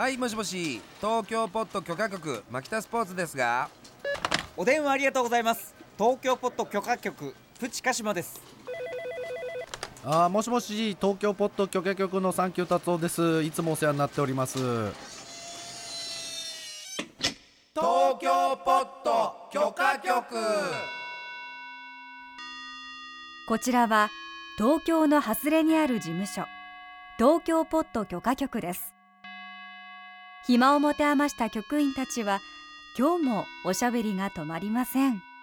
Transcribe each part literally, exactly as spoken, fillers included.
はい、もしもし、東京ポット許可局牧田スポーツですが。 お電話ありがとうございます。東京ポット許可局プチカシマです。 あーもしもし、東京ポット許可局のサンキュー達夫です。いつもお世話になっております。 東京ポット許可局。 こちらは東京の外れにある事務所、東京ポット許可局です。暇を持て余した局員たちは今日もおしゃべりが止まりません。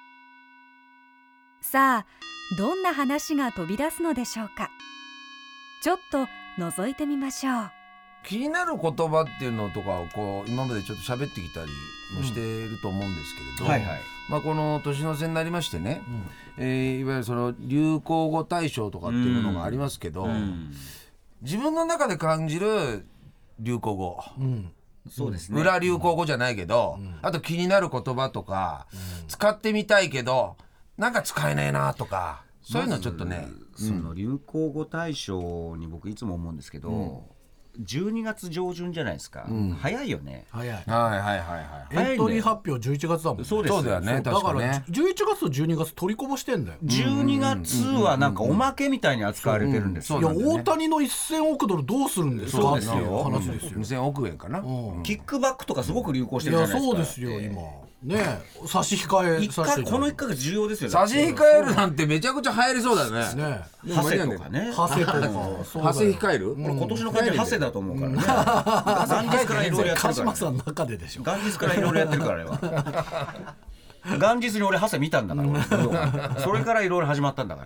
さあ、どんな話が飛び出すのでしょうか。ちょっと覗いてみましょう。 気になる言葉っていうのとかをこう今までちょっと喋ってきたりもしていると思うんですけれど、うんはいはい、まあ、この年の瀬になりましてね、うん、えー、いわゆるその流行語大賞とかっていうものがありますけど、うん、自分の中で感じる流行語、うん、そうですね、裏流行語じゃないけど、うん、あと気になる言葉とか、うん、使ってみたいけどなんか使えないなとか、そういうのちょっとね、 ま、その流行語大賞に僕いつも思うんですけど、うん、じゅうにがつ上旬じゃないですか、うん、早いよね。 早い、 はいはいはいはい、 エントリー発表じゅういちがつだもんね。 そうです、 そうだよね、確かね。 だからじゅういちがつとじゅうにがつ取りこぼしてんだよ。 じゅうにがつはなんかおまけみたいに扱われてるんですよ。 いや、大谷のせんおくドルどうするんですか。 そうですよ、 話ですよ。 にせんおくえんかな、 うん、キックバックとかすごく流行してるじゃないですか。 いや、そうですよ、今ね、差し控え一回このいっかげつ重要ですよね。 差し控えるなんてめちゃくちゃ流行りそうだね。 ね、ハセとかね、 ハセとかハセ控える、 これ今年の感じハセだと思うからね。元日からいろいろやってるから、 鹿島さんの中ででしょ。 元日からいろいろやってるからよ。元日に俺ハセ見たんだからそれからいろいろ始まったんだから。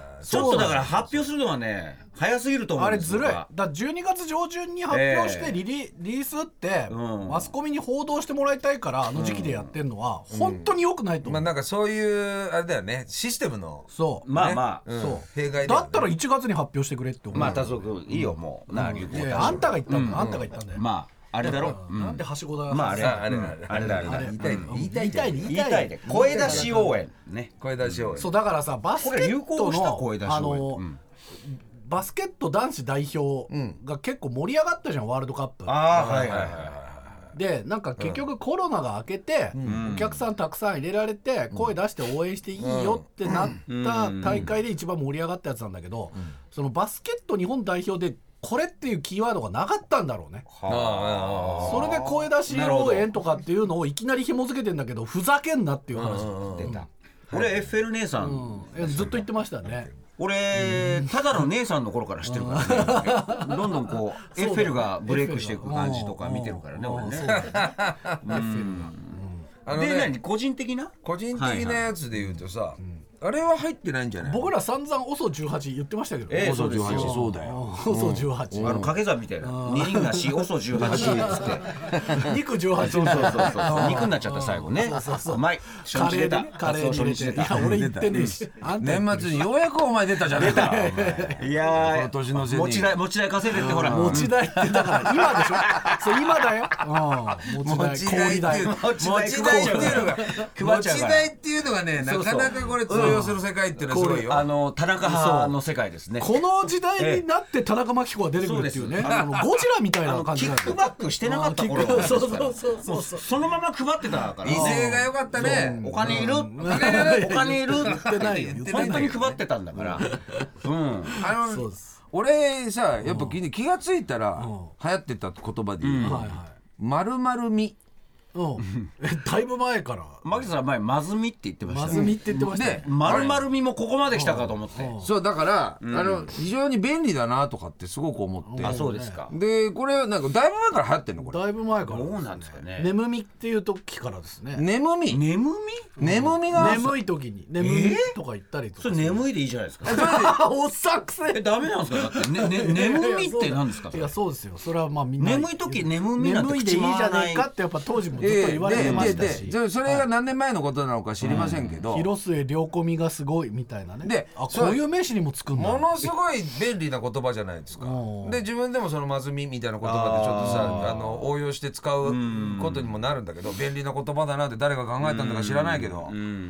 ちょっとだから発表するのはね早すぎると思うんですよ。 あれずるい。だじゅうにがつ上旬に発表してリリ、えー、リリースって、うん、マスコミに報道してもらいたいからあの時期でやってるのは、うん、本当に良くないと思う、 うん、まあなんかそういうあれだよね、システムのそう、 ね、まあまあ、 うん、そう弊害だよね。 だったらいちがつに発表してくれって思う。 まあ達夫君いいよ、もう、うん、なあ、 いやあんたが言ったんだ、うん、あんたが言ったんだよ。 まああれだろ、 うん、なんではしごだ。 まああれあれあれだあれだ言いたい言いたい言いたいで声出し応援ね、 声出し応援。 そうだからさ、バスケットのあのバスケット男子代表が結構盛り上がったじゃん、ワールドカップ。 ああはいはいはい。 でなんか結局コロナが明けて、うん、お客さんたくさん入れられて、うん、声出して応援していいよってなった大会で一番盛り上がったやつなんだけど、うん、そのバスケット日本代表でこれっていうキーワードがなかったんだろうね。はあ、それで声出し応援とかっていうのをいきなり紐付けてんだけど、ふざけんなっていう話が出た。 俺エッフェル姉さん、うん、ずっと言ってましたね。 俺ただの姉さんの頃から知ってるからね。どんどんこうエッフェルがブレイクしていく感じとか見てるからね、俺ね。エッフェルがで、何個人的な個人的なやつで言うとさ、あれは入ってないんじゃない。 僕ら散々オソじゅうはち言ってましたけど、 えー、そうですよ。 そうだよ。 オソじゅうはち、 あの掛け算みたいな、二人がしオソじゅうはちって肉じゅうはち、 そうそうそうそう肉になっちゃった最後ね。うまい、初日出た、 カレーに入れて。いや俺言ってねえし、 年末にようやくお前出たじゃねえか。 いやー、年の瀬に持ち代持ち代稼いでって、ほら持ち代ってだから今でしょ。そう今だよ。 持ち代っていう持ち代っていうのが持ち代っていうのがね、なかなかこれ通用する世界っていうのはすごいよ。 あの田中派の世界ですね。 この時代になって田中真紀子が出てくるっていうね、あのゴジラみたいな感じキックバックしてなかった頃、 そうそうそうそう、 そのまま配ってたから。 威勢が良かったね。 お金いるお金いるってない、本当に配ってたんだから。うん、 あの俺さ、やっぱ気がついたら流行ってた言葉で言うと丸々み。 うん、だいぶ前からマキさん前まずみって言ってましたね。 まずみって言ってましたね。 で丸々みもここまで来たかと思って、 そうだから、うん、あの非常に便利だなとかってすごく思って。 あ、そうですか。 でこれなんかだいぶ前から流行ってんのこれ。 だいぶ前から。 どうなんですかね。 眠みっていう時からですね。 眠み眠み眠みが眠い時に眠みとか言ったりとか。 それ眠いでいいじゃないですか。 おっさんくせえ。 ダメなんですか。だってねね眠みって何ですか。 いやそうですよ。それはまあみんな眠い時眠みなんて眠いでいいじゃないかってやっぱ当時もずっと言われてました。 ででそれが何年前のことなのか知りませんけど、 広末涼子みがすごいみたいなね。であこういう名詞にもつくんだ。 ものすごい便利な言葉じゃないですか。で自分でもそのまずみみたいな言葉でちょっとさあの応用して使うことにもなるんだけど、便利な言葉だなって誰が考えたんだか知らないけど、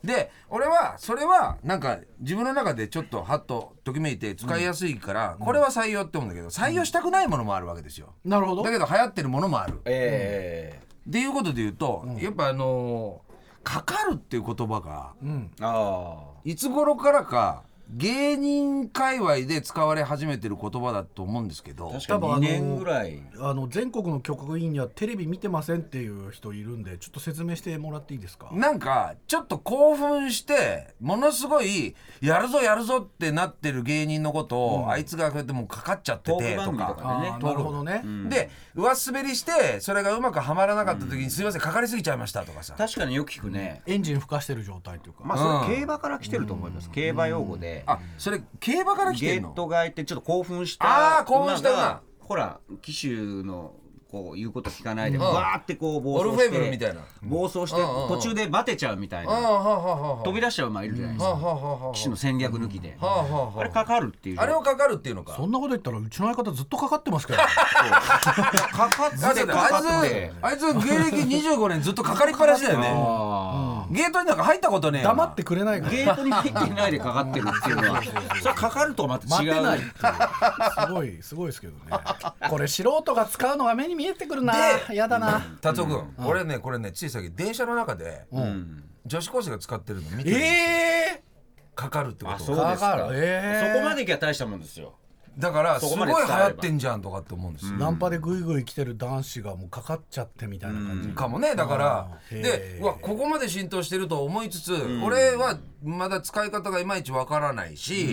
で俺はそれはなんか自分の中でちょっとハッとときめいて使いやすいから、これは採用って思うんだけど、採用したくないものもあるわけですよ。 なるほど。 だけど流行ってるものもある。 ええっていうことで言うと、やっぱあのー、かかるっていう言葉が、 うん、 あいつ頃からか芸人界隈で使われ始めてる言葉だと思うんですけど、 確かににねんぐらいあの全国の局員にはテレビ見てませんっていう人いるんで、ちょっと説明してもらっていいですか。 なんかちょっと興奮してものすごいやるぞやるぞってなってる芸人のことを、うん、あいつがこうやってもうかかっちゃっててとか、 あ、なるほどね、うん、 で上滑りしてそれがうまくはまらなかった時に、うん、すいませんかかりすぎちゃいましたとかさ、 確かによく聞くね、 エンジン吹かしてる状態というか、 まあそれ競馬から来てると思います、うん、競馬用語で、 あ、それ競馬から来てるの。 ゲートがいてちょっと興奮したあ興奮した馬、 ほら騎手のこう言うこと聞かないでわーってこう暴走して、 オルフェーブルみたいな暴走して途中で待てちゃうみたいな、飛び出しちゃう馬いるじゃないですか、騎手の戦略抜きで、あれかかるっていう、 あれをかかるっていうのか。 そんなこと言ったらうちの相方ずっとかかってますからかかってかかってあいつ芸歴にじゅうごねんずっとかかりっぱなしだよね。ゲートになんか入ったことねえよ。 黙ってくれないから。 ゲートに入っていないでかかってるっていうのはそれかかるとまた違う。 待てないっていうすごいすごいですけどね。これ素人が使うのが目に見えてくるな。やだな。 達夫君、うん、俺ねこれねついさっき電車の中で、うん、女子高生が使ってるの見てるんですよ。 えー、 かかるってこと。 あ、そうですか、えー、そこまでいきゃ大したもんですよ。 だからすごい流行ってんじゃんとかって思うんですよ、うん、 ナンパでグイグイ来てる男子がもうかかっちゃってみたいな感じ、 うん、かもね。だからでうわここまで浸透してると思いつつ、うん、俺はまだ使い方がいまいちわからないし、うん、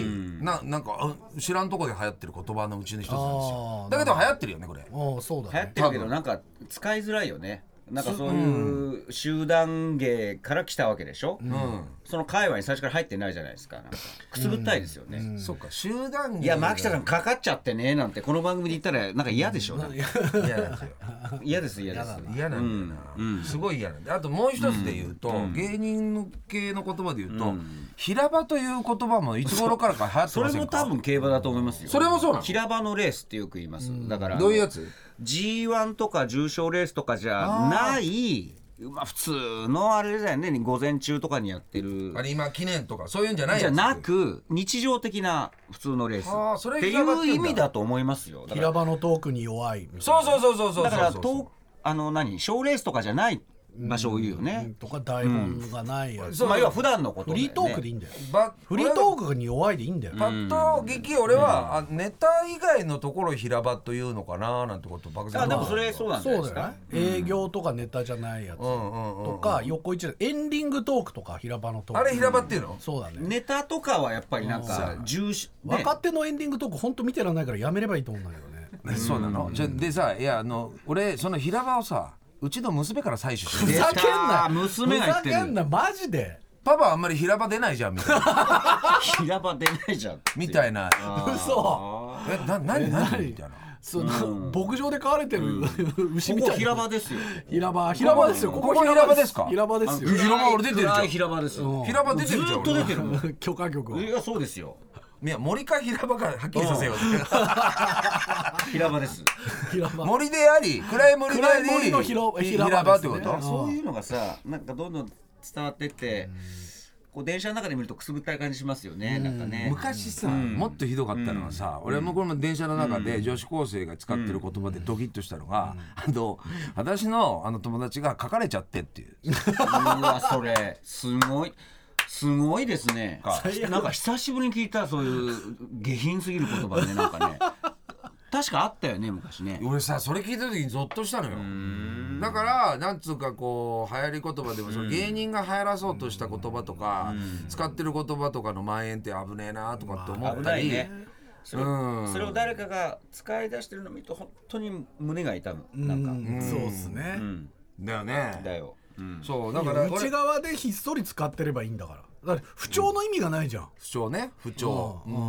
な, なんか知らんとこで流行ってる言葉のうちの一つなんですよ。だけど流行ってるよねこれ。 あ、そうだね、 流行ってるけどなんか使いづらいよね。なんかそういう集団芸から来たわけでしょ、うん、その界隈に最初から入ってないじゃないですか。なんかくすぐったいですよね、うんうん、 そっか集団芸。 いや牧田さんかかっちゃってねなんてこの番組で言ったらなんか嫌でしょ、うん、嫌ですよ嫌です嫌です嫌なんだよな、うんうん、すごい嫌なんで。あともう一つで言うと、うん、芸人系の言葉で言うと、うん、平場という言葉もいつ頃からか流行ってませんか。 それも多分競馬だと思いますよ。 それもそうなの。 平場のレースってよく言います、うん、だからどういうやつジーワン とか重賞レースとかじゃないまあ、普通のあれだよね、午前中とかにやってるあれ今記念とかそういうんじゃないやつじゃなく日常的な普通のレースっていう意味だと思いますよ。 平場のトークに弱いみたいな。そうそうそうそうそう。 だからトあの何賞レースとかじゃない場所を言うよね、 うん、とか台本がないやつ、 うん、まあ要は普段のこと、ね、 フリートークでいいんだよ。フリートークに弱いでいいんだよ。 パッと劇俺は、うん、ネタ以外のところ平場というのかななんてこと漠然。 あでもそれそうなんじゃないですか。 そうだよね、営業とかネタじゃないやつとか横一エンディングトークとか平場のトーク、 あれ平場っていうの、うん、 そうだね。 ネタとかはやっぱりなんか重視、 ね、若手のエンディングトークほんと見てらんないからやめればいいと思うんだけどね。 うん、そうなの、うん、じゃでさいやあの俺その平場をさうちの娘から採取してふざけんな娘が言ってる。 ふざけんなマジで。 パパあんまり平場出ないじゃんみたいな平場出ないじゃんみたいな。 嘘。 えな何何みたいな。 その、うん、牧場で飼われてる、うん、牛みたいな。 ここ平場ですよ。 平場平場ですよ。 ここ平場ですか。 平場ですよ。 平場俺出てるじゃん。 平場ですよ。 平場出てるじゃん。 ずっと出てる許可局は。 いやそうですよ。 いや森か平場かはっきりさせよう平場です。 平場森であり暗い森であり森の平場平場ってこと。 そういうのがさなんかどんどん伝わってってこう電車の中で見るとくすぐったい感じしますよね。なんかね昔さ、うん、もっとひどかったのはさ、うん、俺もこの電車の中で女子高生が使ってる言葉でドキッとしたのが、うん、あの私のあの友達が書かれちゃってっていう。 うわそれすごいすごいですね。なんか久しぶりに聞いたそういう下品すぎる言葉ね。なんかね確かあったよね昔ね。 俺さそれ聞いた時にゾッとしたのよ。だからなんつうかこう流行り言葉でもその芸人が流行らそうとした言葉とか使ってる言葉とかの蔓延って危ねえなとかって思ったり、 ね、それ、うん、それを誰かが使い出してるのを見ると本当に胸が痛む。なんか、うん、 そうっすね、 うん、だよね。 だよ、 うん、そうだから内側でひっそり使ってればいいんだから。だから不調の意味がないじゃん、うん、 不調ね不調、うんうんうん、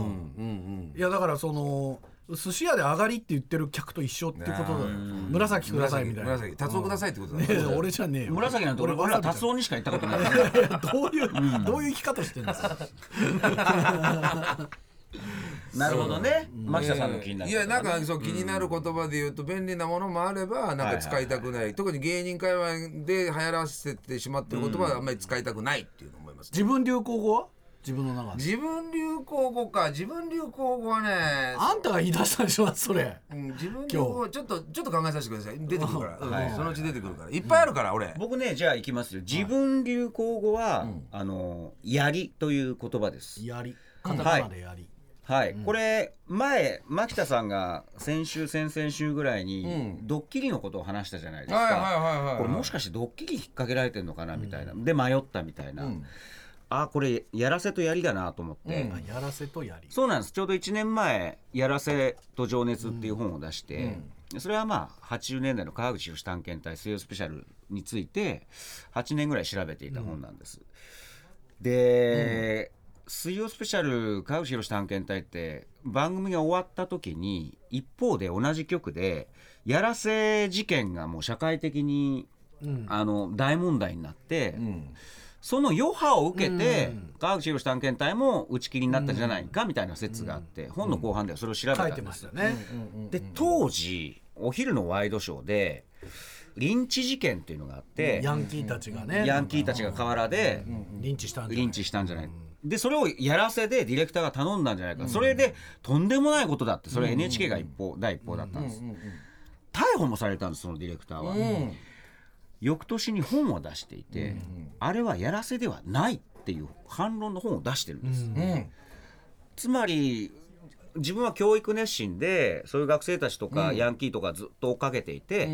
いやだからその寿司屋で上がりって言ってる客と一緒ってことだよ。紫くださいみたいな。 紫達夫くださいってことだね。 ね俺じゃねえよ。 紫なんて俺俺は達夫にしか言ったことない。 どういう、うん、どういう生き方してるんですか。 なるほどね、牧田さんの気になる、 いやなんかそう気になる言葉で言うと便利なものもあればなんか使いたくない、特に芸人界隈で流行らせてしまってる言葉はあんまり使いたくないっていうのを思います、 自分流行語は自分の中で自分流行語か自分流行語はねあんたが言い出したんでしょそれ、 うん、自分流行語ちょっとちょっと考えさせてください、出てくるから、はい、そのうち出てくるからいっぱいあるから、うん、俺僕ねじゃあいきますよ。自分流行語は、うん、あのやりという言葉です。 やりカタカナでやり、 はい、はいうん、これ前牧田さんが先週先々週ぐらいに、うん、ドッキリのことを話したじゃないですか。これもしかしてドッキリ引っ掛けられてるのかなみたいな、うん、で迷ったみたいな、うんあこれやらせとやりだなと思って、 うん、やらせとやりそうなんです。ちょうどいちねんまえやらせと情熱っていう本を出して、うん、それはまあはちじゅうねんだいの川口博探検隊水曜スペシャルについてはちねんぐらい調べていた本なんです、うん、で、うん、水曜スペシャル川口博探検隊って番組が終わった時に一方で同じ局でやらせ事件がもう社会的に、うん、あの大問題になって、うんその余波を受けて、うん、川口博探検隊も打ち切りになったんじゃないかみたいな説があって、うん、本の後半ではそれを調べたんです、 書いてましたね、 で当時お昼のワイドショーでリンチ事件っていうのがあってヤンキーたちがねヤンキーたちが河原でリンチしたんじゃないリンチしたんじゃない、うん、でそれをやらせでディレクターが頼んだんじゃないか、うん、それでとんでもないことだってそれ エヌエイチケー が一方、うん、第一報だったんです、うんうんうん、逮捕もされたんですそのディレクターは、うん翌年に本を出していて、うんうん、あれはやらせではないっていう反論の本を出してるんです、うんうん、つまり自分は教育熱心でそういう学生たちとかヤンキーとかずっと追っかけていて、うん、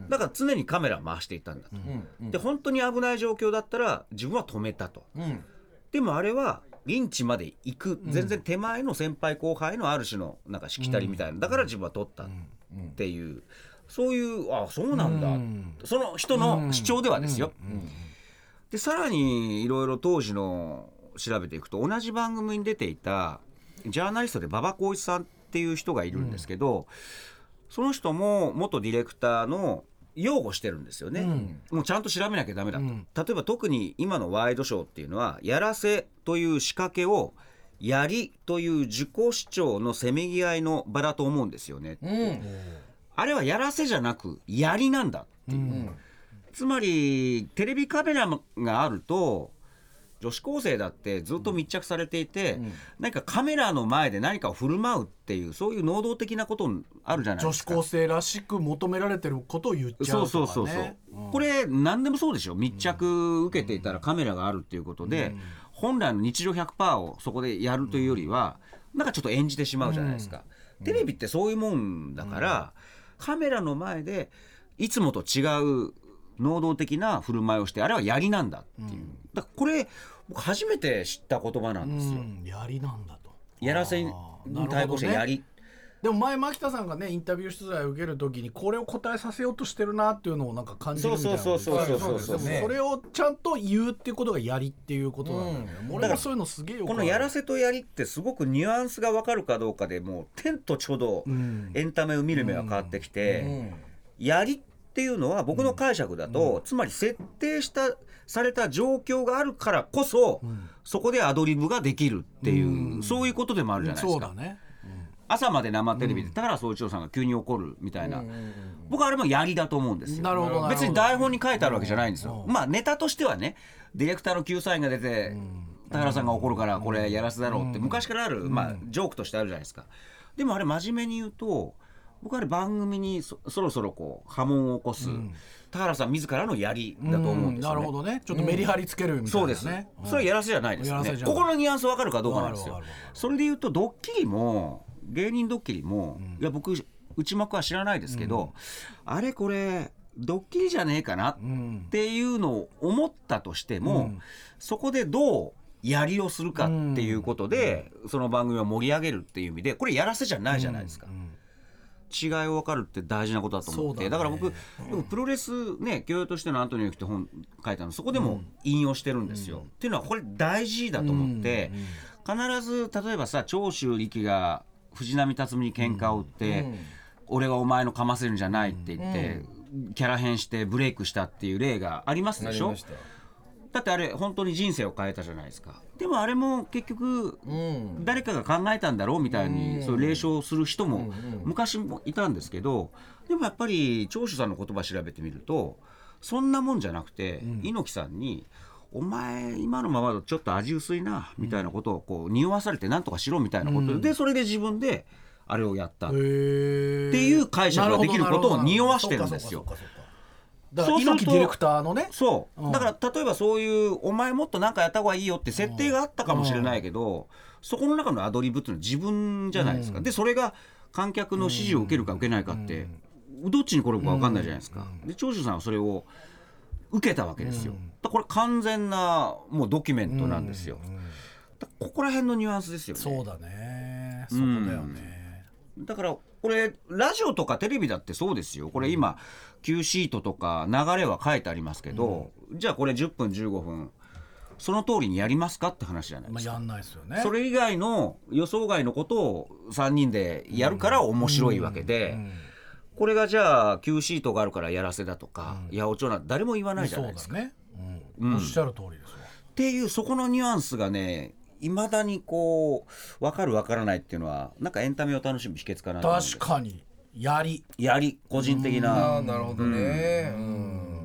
だから常にカメラを回していったんだと、うんうん、で本当に危ない状況だったら自分は止めたと、うん、でもあれはリンチまで行く全然手前の先輩後輩のある種のなんかしきたりみたいなだから自分は取ったっていう、うんそういうあそうなんだ、うん、その人の主張ではですよ、うんうん、でさらにいろいろ当時の調べていくと同じ番組に出ていたジャーナリストで馬場光一さんっていう人がいるんですけど、うん、その人も元ディレクターの擁護してるんですよね、うん、もうちゃんと調べなきゃダメだと、うん、例えば特に今のワイドショーっていうのはやらせという仕掛けをやりという自己主張のせめぎ合いの場だと思うんですよね、うんあれはやらせじゃなくやりなんだっていう、うん、つまりテレビカメラがあると女子高生だってずっと密着されていて、うん、何かカメラの前で何かを振る舞うっていうそういう能動的なことあるじゃないですか。 女子高生らしく求められてることを言っちゃうとかね。そうそうそうそう、 うん、これ何でもそうでしょ。密着受けていたらカメラがあるっていうことで、うん、本来の日常 ひゃくパーセント をそこでやるというよりは、うん、なんかちょっと演じてしまうじゃないですか、うん、テレビってそういうもんだから、うんカメラの前でいつもと違う能動的な振る舞いをしてあれはやりなんだっていう、うん、だからこれ僕初めて知った言葉なんですよ、うん、 やりなんだとやらせに対抗してやり、ね、 でも前牧田さんがねインタビュー取材を受けるときにこれを答えさせようとしてるなっていうのをなんか感じるみたいなそうそうそうそうそうそうそれをちゃんと言うっていうことがやりっていうことなんだよね、うん、俺もそういうのすげえよくこのやらせとやりってすごくニュアンスが分かるかどうかでもう天と地ほどエンタメを見る目が変わってきて、うんうん、やりっていうのは僕の解釈だと、うん、つまり設定したされた状況があるからこそ、うん、そこでアドリブができるっていう、うん、そういうことでもあるじゃないですか。 そうだね、 朝まで生テレビで田原総一郎さんが急に怒るみたいな、うんうんうん、僕はあれもやりだと思うんですよ。 なるほど別に台本に書いてあるわけじゃないんですよ、うん、まあネタとしてはねディレクターの救済が出て、うん、田原さんが怒るからこれやらせだろうって昔からある、うんまあ、ジョークとしてあるじゃないですか。でもあれ真面目に言うと僕はあれ番組に そ, そろそろこう波紋を起こす、うん、田原さん自らのやりだと思うんですよね、うん、なるほどね。 ちょっとメリハリつけるみたいなね、うん、そうです、 うん、それはやらせじゃないですよね。ここのニュアンス分かるかどうかなんですよ。それで言うとドッキリも芸人ドッキリも、うん、いや僕内幕は知らないですけど、うん、あれこれドッキリじゃねえかなっていうのを思ったとしても、うん、そこでどうやりをするかっていうことで、うん、その番組を盛り上げるっていう意味でこれやらせじゃないじゃないですか、うんうん、違いを分かるって大事なことだと思って だ,、ね、だから僕、うん、プロレスね教養としてのアントニオ猪木って本書いたのそこでも引用してるんですよ、うん、っていうのはこれ大事だと思って、うんうん、必ず例えばさ長州力が藤波辰巳に喧嘩を売って、うん、俺がお前のかませるんじゃないって言って、うん、キャラ変してブレイクしたっていう例がありますでしょ。 だってあれ本当に人生を変えたじゃないですか。でもあれも結局、うん、誰かが考えたんだろうみたいに、うん、そう霊唱する人も昔もいたんですけど、でもやっぱり長州さんの言葉調べてみるとそんなもんじゃなくて、うん、猪木さんにお前今のままだとちょっと味薄いなみたいなことをこう匂わされて何とかしろみたいなことで、うん、でそれで自分であれをやったっていう解釈ができることを匂わしてるんですよ。 だから猪木ディレクターのね、 そう、うん、だから例えばそういうお前もっと何かやった方がいいよって設定があったかもしれないけど、うん、そこの中のアドリブっていうのは自分じゃないですか、うん、でそれが観客の指示を受けるか受けないかって、うん、どっちに転ぶか分かんないじゃないですか、うん、で長州さんはそれを受けたわけですよ、うん、だこれ完全なもうドキュメントなんですよ、うん、だここら辺のニュアンスですよね。 そうだね、そこだよね、 うん、だからこれラジオとかテレビだってそうですよ。これ今 Q シートとか流れは書いてありますけど、うん、じゃあこれじゅっぷんじゅうごふんその通りにやりますかって話じゃないですか、 まあ、やんないですよね。 それ以外の予想外のことをさんにんでやるから面白いわけで、うんうんうん、これがじゃあ Q シートがあるからやらせだとか、うん、八百長なんて誰も言わないじゃないですか。 そうだね、うんうん、おっしゃる通りですわ。 っていうそこのニュアンスがねいまだにこう分かる分からないっていうのはなんかエンタメを楽しむ秘訣かなと思うんです。 確かにやりやり個人的な。 あなるほどね。うん。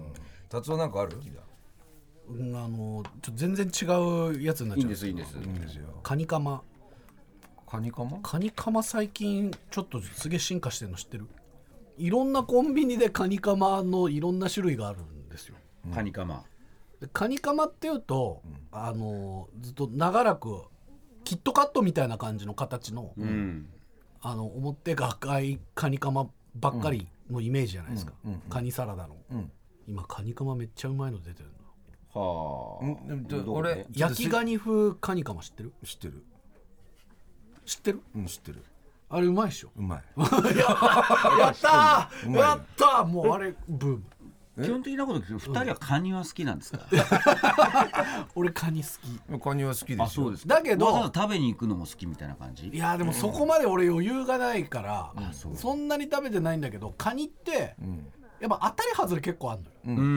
達夫なんかある？ うん、あのちょっと全然違うやつになっちゃう。いいんですいいんです。いいんですよ。 カニカマ。 カニカマ？ カニカマ最近ちょっとすげえ進化してるの知ってる？いろんなコンビニでカニカマのいろんな種類があるんですよ。 うん、カニカマ。 カニカマっていうと、うん、あのずっと長らくキットカットみたいな感じの形の、うん、あの表が赤いカニカマばっかりのイメージじゃないですか、うんうんうん、カニサラダの、うん、今カニカマめっちゃうまいの出てるの。 はあ。 俺焼きガニ風カニカマ知ってる？ 知ってる知ってる？ うん知ってる。 あれうまいでしょ。 うまいやったーやったーもうあれブーム。 基本的なこと聞くとふたりはカニは好きなんですか？ 俺カニ好き。カニは好きですよ。 あそうです。 だけどわざわざ食べに行くのも好きみたいな感じ？ いやでもそこまで俺余裕がないから、うん、そ, そんなに食べてないんだけどカニって、うん、やっぱ当たり外れ結構あるのよ、うん、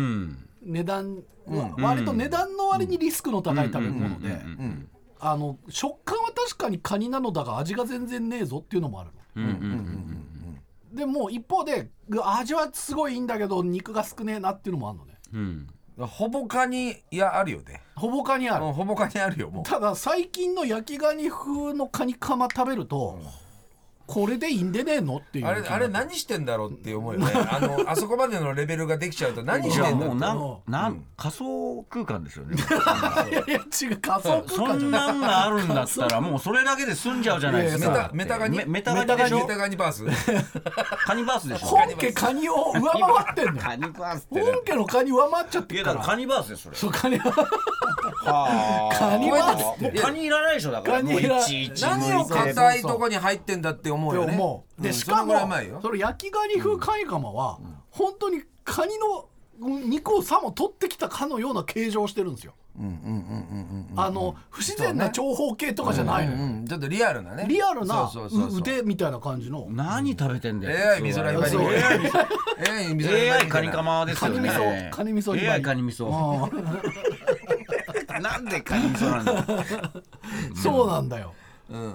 値段、うん、割と値段の割にリスクの高い食べ物であの食感は確かにカニなのだが味が全然ねえぞっていうのもあるの、うんうんうんうんでも一方で味はすごいいいんだけど肉が少ねえなっていうのもあるのね、 うん、ほぼカニいやあるよね。 ほぼカニある、うん、 ほぼカニあるよもう。 ただ最近の焼きガニ風のカニカマ食べると、うん、これでいいんでねえのっていう。 あれあれ何してんだろうって思うよね。あのあそこまでのレベルができちゃうと何してんだろう。 もうなん、うん、仮想空間ですよね。 いやいや違う仮想空間じゃない。 そんなんがあるんだったらもうそれだけで済んじゃうじゃないですか。 メタガニメタガニでしょ。 メタガニバースカニバースでしょ。 本家カニを上回ってんの。 カニバースって本家のカニ上回っちゃってるから。 いやだからカニバースですそれ。 そうカニはカニバースってカニいらないでしょ。だからもういちいち何を硬いとこに入ってんだって思うよね。 で、うん、しかもその焼きガニ風カニカマは、うん、本当にカニの肉をさも取ってきたかのような形状をしてるんですよ。あの不自然な長方形とかじゃないのよ、うんうんうん、 ちょっとリアルなねリアルな腕みたいな感じの。 何食べてんだよ。 エーアイ 味噌ライバリー エーアイ カニカマですよね。 カニ味噌エーアイ カニ味噌なんでカニ味噌なんだそうなんだよ。 うんうん、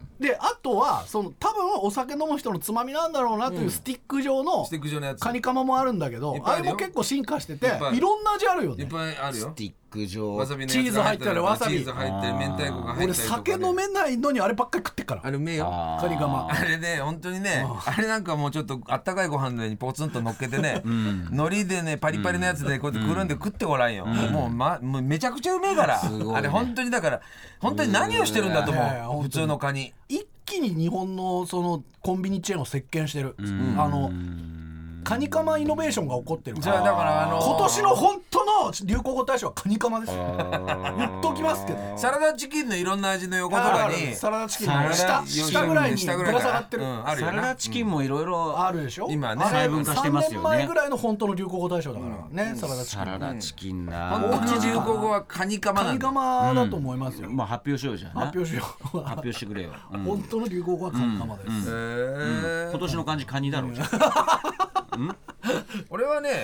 であとはその多分お酒飲む人のつまみなんだろうなというスティック状のカニカマもあるんだけど、うん、あれも結構進化してて い, いろんな味あるよね。 いっぱいあるよ。 スティック状わさびのチーズ入ってるわさびチーズ入ってる明太子が入ってる、ね、 俺酒飲めないのにあればっかり食ってっから。 あれうめえよカニカマ。 あれね本当にね あ, あれなんかもうちょっとあったかいご飯の上にポツンと乗っけてね、うん、海苔でねパリパリのやつでこうやってくるんで食ってごらんよ、うん、もう、ま、もうめちゃくちゃうめえから、ね、あれ本当にだから本当に何をしてるんだと思う普通のカニ。 一気に日本のそのコンビニチェーンを席巻してる。あのカニカマイノベーションが起こってるから。じゃあだからあのー、今年の本当の流行語大賞はカニカマですよ。言っときますけど。 サラダチキンのいろんな味の横とかにサラダチキンの下下ぐらいにぶら下がってる、うん、 あるよな。サラダチキンもいろいろあるでしょ。 今ね細分化してますよね。さんねんまえぐらいの本当の流行語大賞だからね、うん、サラダチキン。 サラダチキンな。 本当に流行語はカニカマなんだ。 カニカマだと思いますよ。 うん、まあ発表しようじゃん。 発表しよう。 発表してくれよ。 うん、本当の流行語はカニカマです。 うんうん、今年の漢字カニだろうじゃん。 俺はね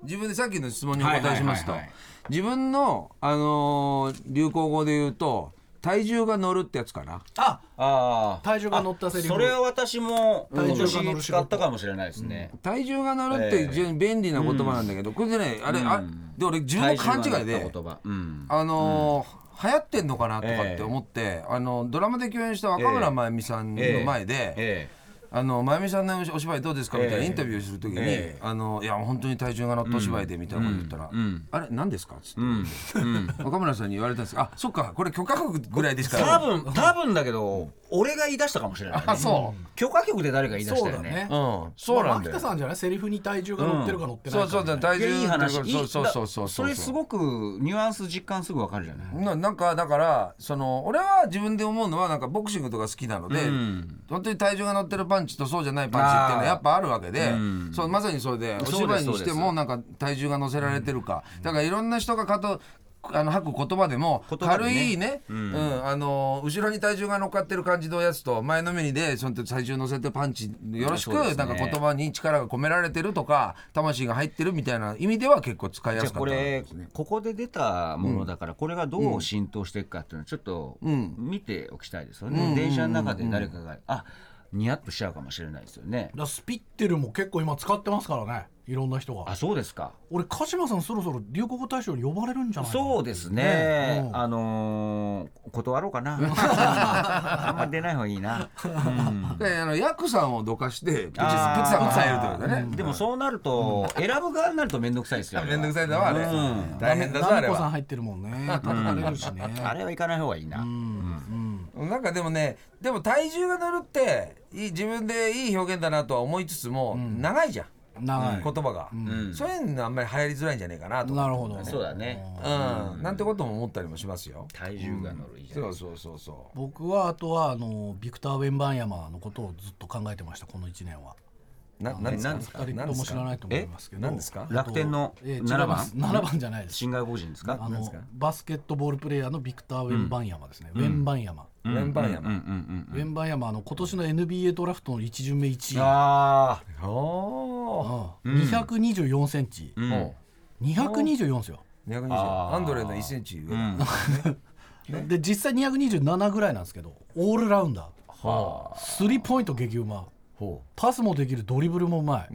自分でさっきの質問にお答えしますと、自分の、あのー、流行語で言うと体重が乗るってやつかな。 ああ体重が乗ったセリフ。 それは私も体今重が乗る仕事年使ったかもしれないですね、 うん、体重が乗るって非常に便利な言葉なんだけど、うん、これでねあれ、うん、あで俺自分の勘違いで、うん、あのーうん、流行ってんのかなとかって思って、えー、あのドラマで共演した若村麻由美さんの前で、えーえーあの真由美さんのお芝居どうですかみたいなインタビューするときに、えー、あのいや本当に体重が乗ったお芝居でみたいなこと言ったら、うん、あれ何ですかっつって、うんうん、若村さんに言われたんですあそっかこれ許可局ぐらいですから多分多分だけど俺が言い出したかもしれない、ね、 あそう許可局で誰が言い出したよね。 そうなんだよ。 牧田さんじゃないセリフに体重が乗ってるか乗ってないか、 うん、そうそう体重いい話そうそうそうそうそれすごくニュアンス実感すぐ分かるじゃない。 な, なんかだからその俺は自分で思うのはなんかボクシングとか好きなので、うん、本当に体重が乗ってるパンチとそうじゃないパンチっていうのはやっぱあるわけで、うん、そうまさにそれでお芝居にしてもなんか体重が乗せられてるか、だからいろんな人がかとあの吐く言葉でも軽いね、うんうん、あの後ろに体重が乗っかってる感じのやつと前のめりでその体重乗せてパンチよろしく、ね、なんか言葉に力が込められてるとか魂が入ってるみたいな意味では結構使いやすかったですね。 ここで出たものだから、うん、これがどう浸透していくかっていうのはちょっと見ておきたいですよね、うん、電車の中で誰かが、うん、あニヤッとしちゃうかもしれないですよね。 だスピッテルも結構今使ってますからね、いろんな人が。 あそうですか。 俺鹿島さんそろそろ流行語大賞に呼ばれるんじゃないかな。 そうですね、うん、あのー、断ろうかなあんまり出ない方がいいな、 うん、であのヤクさんをどかしてプチさんが入るというかね、 うん、でもそうなると、うん、選ぶ側になると面倒くさいですよ面倒くさいんだわあれ、うん、大変だぞあれは。ダンコさん入ってるもんね叩かれるしねあれは行かない方がいいな、 うんうん、なんかでもねでも体重が乗るっていい自分でいい表現だなとは思いつつも、うん、長いじゃん長い言葉が、うん、そういうのあんまり流行りづらいんじゃないかなと思って、ね、 なるほどそうだね、 うん、なんてことも思ったりもしますよ。 体重が乗る、 うん、そうそうそうそう。 僕はあとはあのビクター・ウェンバンヤマのことをずっと考えてましたこのいちねんは。 な何ですか。 ふたりとも知らないと思いますけど。 何ですか。 楽天のななばんななばんじゃないです。 新外国人ですか。 あのバスケットボールプレーヤーのビクター・ウェンバンヤマですね、うん、ウェンバンヤマウェンバンヤマ、 ウェンバンヤマ、あの今年の エヌビーエー ドラフトのいち巡目いちい、 ああ、 にひゃくにじゅうよんセンチ、うん、にひゃくにじゅうよんですよ。 にひゃくにじゅうよん、アンドレのいちセンチ上、うんね、で実際にひゃくにじゅうななぐらいなんですけど、オールラウンダー、はあ、スリーポイント激うま、パスもできる、ドリブルもうまい、うん、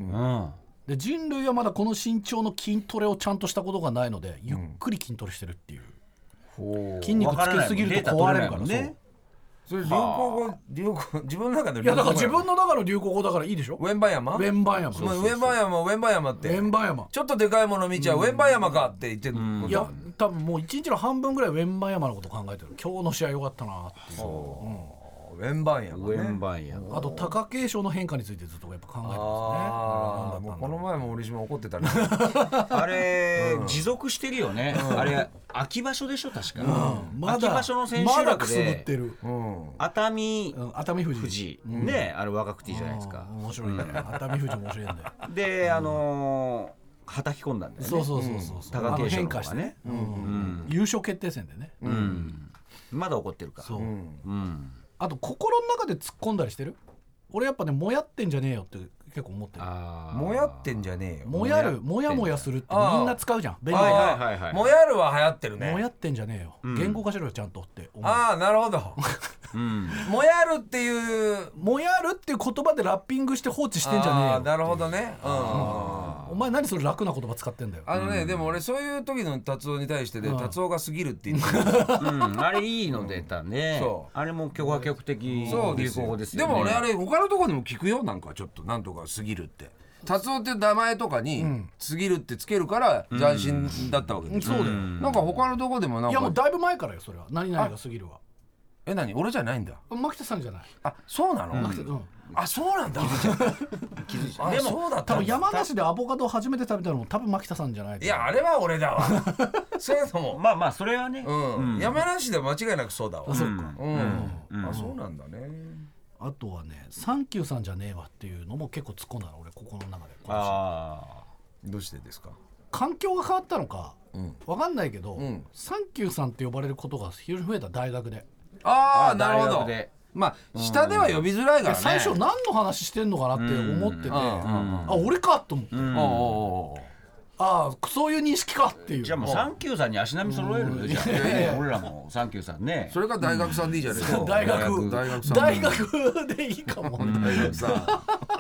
で人類はまだこの身長の筋トレをちゃんとしたことがないのでゆっくり筋トレしてるっていう、うん、筋肉つけすぎると壊れるからね。 それ流行語、流行語自分の中の流行語。 いやだから自分の中の流行語だからいいでしょ。 ウェンバンヤマ、 ウェンバンヤマ、 ウェンバンヤマ、ウェンバンヤマって、 ウェンバンヤマ、 ちょっとでかいもの見ちゃう、ウェンバンヤマかって言ってる。 いや多分もう一日の半分ぐらいウェンバンヤマのこと考えてる。今日の試合良かったなっていう。 ウェンバンヤマ、ね、 ウェンバンヤマ。 あと貴景勝の変化についてずっとやっぱ考えてますね。 あもうこの前も森島怒ってたねあれ、うん、持続してるよね、うん、あれ秋場所でしょ確か、うん、まだ秋場所の千秋楽で、うん、熱海、うん、熱海富士、うん、であれ若くていいじゃないですか、 うん、面白いね熱海富士面白いんだよで、あのー、はたき込んだんだよね。 そうそうそうそう、 貴景勝の方がね、 うんうん、優勝決定戦でね、 うんうん、まだ怒ってるか。 そう、うん、あと心の中で突っ込んだりしてる。俺やっぱねもやってんじゃねえよって結構思ってる。 もやってんじゃねえよ、 もやる、もやもやするってみんな使うじゃん。 便利な、はいはいはい、もやるは流行ってるね。 もやってんじゃねえよ、うん、言語化しろよちゃんとって思う。 ああなるほど、うん、もやるっていうもやるっていう言葉でラッピングして放置してんじゃねえよ。 なるほどね、うん、 お前何それ楽な言葉使ってんだよ。 あのね、うん、でも俺そういう時の達夫に対してで、うん、達夫が過ぎるって言ってる、 うん、あれいいの出たね、うん、そうあれも許可局的流行語ですよね。 でも俺あれ他のところでも聞くよ。なんかちょっとなんとか過ぎるって達夫って名前とかに過ぎるってつけるから斬新だったわけです、 うん、そうだよ。 なんか他のとこでもなんかいやもうだいぶ前からよそれは。何々が過ぎるわ。 え何俺じゃないんだ。 牧田さんじゃない。 あそうなの、うんうん、あそうなんだ気づいちゃう。でもそうだった。 多分山梨でアボカドを初めて食べたのも多分牧田さんじゃない。 いやあれは俺だわそれともまあまあそれはね、 うんうん、山梨では間違いなくそうだわ。 あそうか、 うんうん、あそうなんだね。 あとはねサンキューさんじゃねえわっていうのも結構突っ込んだの俺ここの中で。 ああどうしてですか。 環境が変わったのか、うん、分かんないけど、うん、サンキューさんって呼ばれることが非常に増えた大学で。 ああなるほど。まあ下では呼びづらいからね。 最初何の話してんのかなって思ってて、あ俺かと思って、うん、 ああそういう認識かっていう。 じゃあもうサンキューさんに足並み揃えるよ、じゃあ、ね、俺らもサンキューさんね。 それが大学さんでいいじゃないですか。 大学大学さん大学でいいかも。 大学さん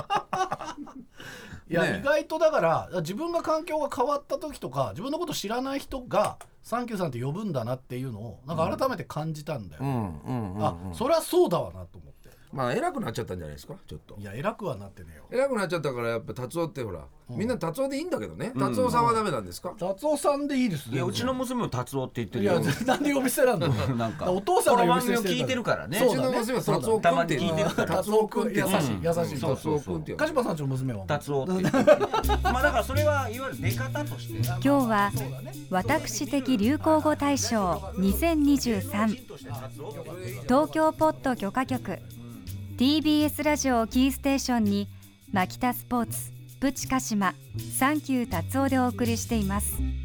いや、 ね、 意外とだから自分が環境が変わった時とか自分のこと知らない人がサンキューさんって呼ぶんだなっていうのをなんか改めて感じたんだよ、うんうんうんうん、あそりゃそうだわなと思って。 まあ偉くなっちゃったんじゃないですか、ちょっと。 いや偉くはなってねえよ。 偉くなっちゃったからやっぱ達夫ってほら、うん、みんな達夫でいいんだけどね、達夫さんはダメなんですか。 達夫さんでいいですね。 いやうちの娘も達夫って言ってるよ。 いやなんで呼び捨てなんだなんかお父さんが呼び捨てしてる。 この番組を聞いてるからね。 そうだね、 うちの娘は達夫君って聞いてるから。 達夫君って優しい、うん、優しい。 そうそうそう。 鹿島さんちの娘は達夫ってまあだからそれはいわゆる出方として。 今日は私的流行語大賞にせんにじゅうさん東京ポッド許可局 ティービーエス ラジオをキーステーションにマキタスポーツプチ鹿島サンキュー達夫でお送りしています。